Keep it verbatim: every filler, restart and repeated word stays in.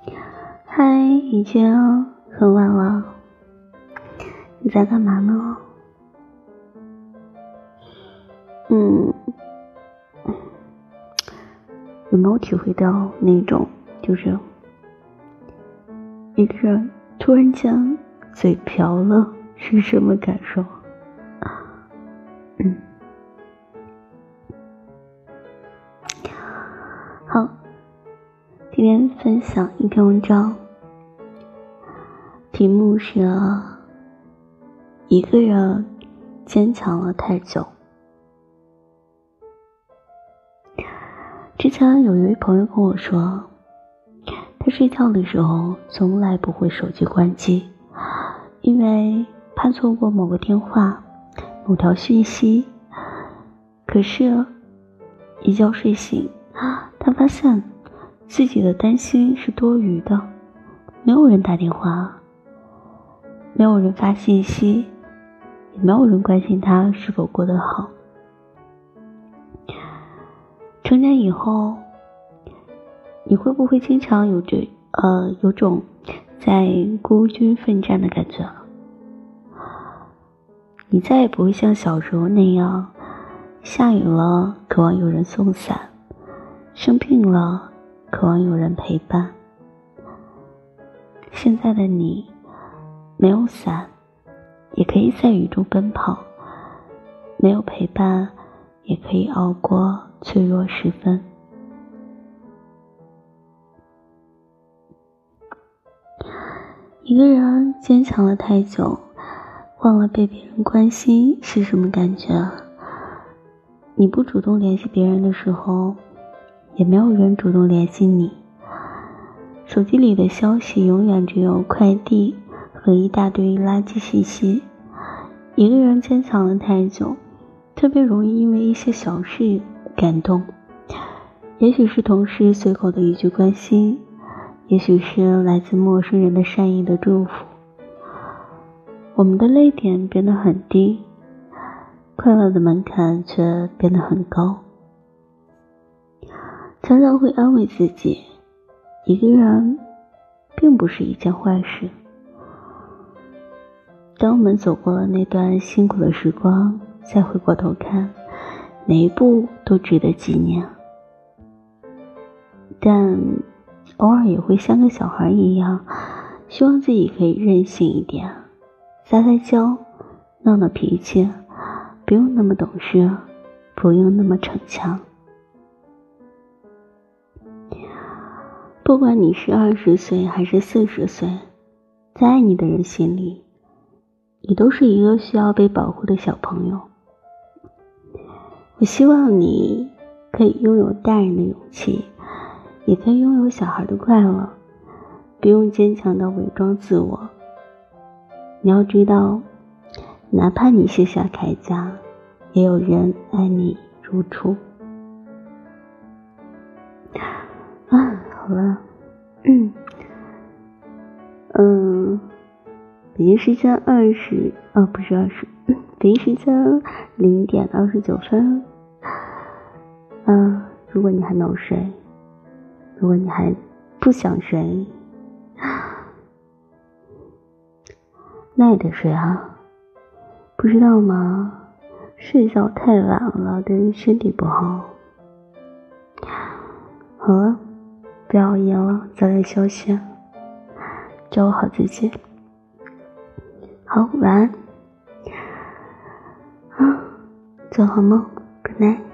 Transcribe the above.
嗨，已经很晚了，你在干嘛呢？嗯，有没有体会到那种就是一个人突然间嘴瓢了是什么感受？嗯，好，今天分享一篇文章，题目是一个人坚强了太久。之前有一位朋友跟我说，他睡觉的时候从来不会手机关机，因为怕错过某个电话、某条讯息。可是一觉睡醒，他发现自己的担心是多余的，没有人打电话，没有人发信息，也没有人关心他是否过得好。成年以后，你会不会经常有着呃有种在孤军奋战的感觉？你再也不会像小时候那样，下雨了渴望有人送伞，生病了渴望有人陪伴。现在的你没有伞，也可以在雨中奔跑，没有陪伴，也可以熬过脆弱时分。一个人坚强了太久，忘了被别人关心是什么感觉。你不主动联系别人的时候，也没有人主动联系你。手机里的消息永远只有快递和一大堆垃圾信息。一个人坚强了太久，特别容易因为一些小事感动，也许是同事随口的一句关心，也许是来自陌生人的善意的祝福。我们的泪点变得很低，快乐的门槛却变得很高。常常会安慰自己，一个人并不是一件坏事。当我们走过了那段辛苦的时光，再回过头看，每一步都值得纪念。但偶尔也会像个小孩一样，希望自己可以任性一点，撒撒娇，闹闹脾气，不用那么懂事，不用那么逞强。不管你是二十岁还是四十岁，在爱你的人心里，你都是一个需要被保护的小朋友。我希望你可以拥有大人的勇气，也可以拥有小孩的快乐，不用坚强到伪装自我。你要知道，哪怕你卸下铠甲，也有人爱你如初。啊，好了，嗯，嗯，北京时间二十，哦，不是二十，北京时间零点二十九分。嗯，如果你还没有睡，如果你还不想睡，那也得睡啊。不知道吗？睡觉太晚了，对身体不好。好了，不要熬夜了，早点休息，照顾好自己。好，晚安。啊，做好梦 ，Good night。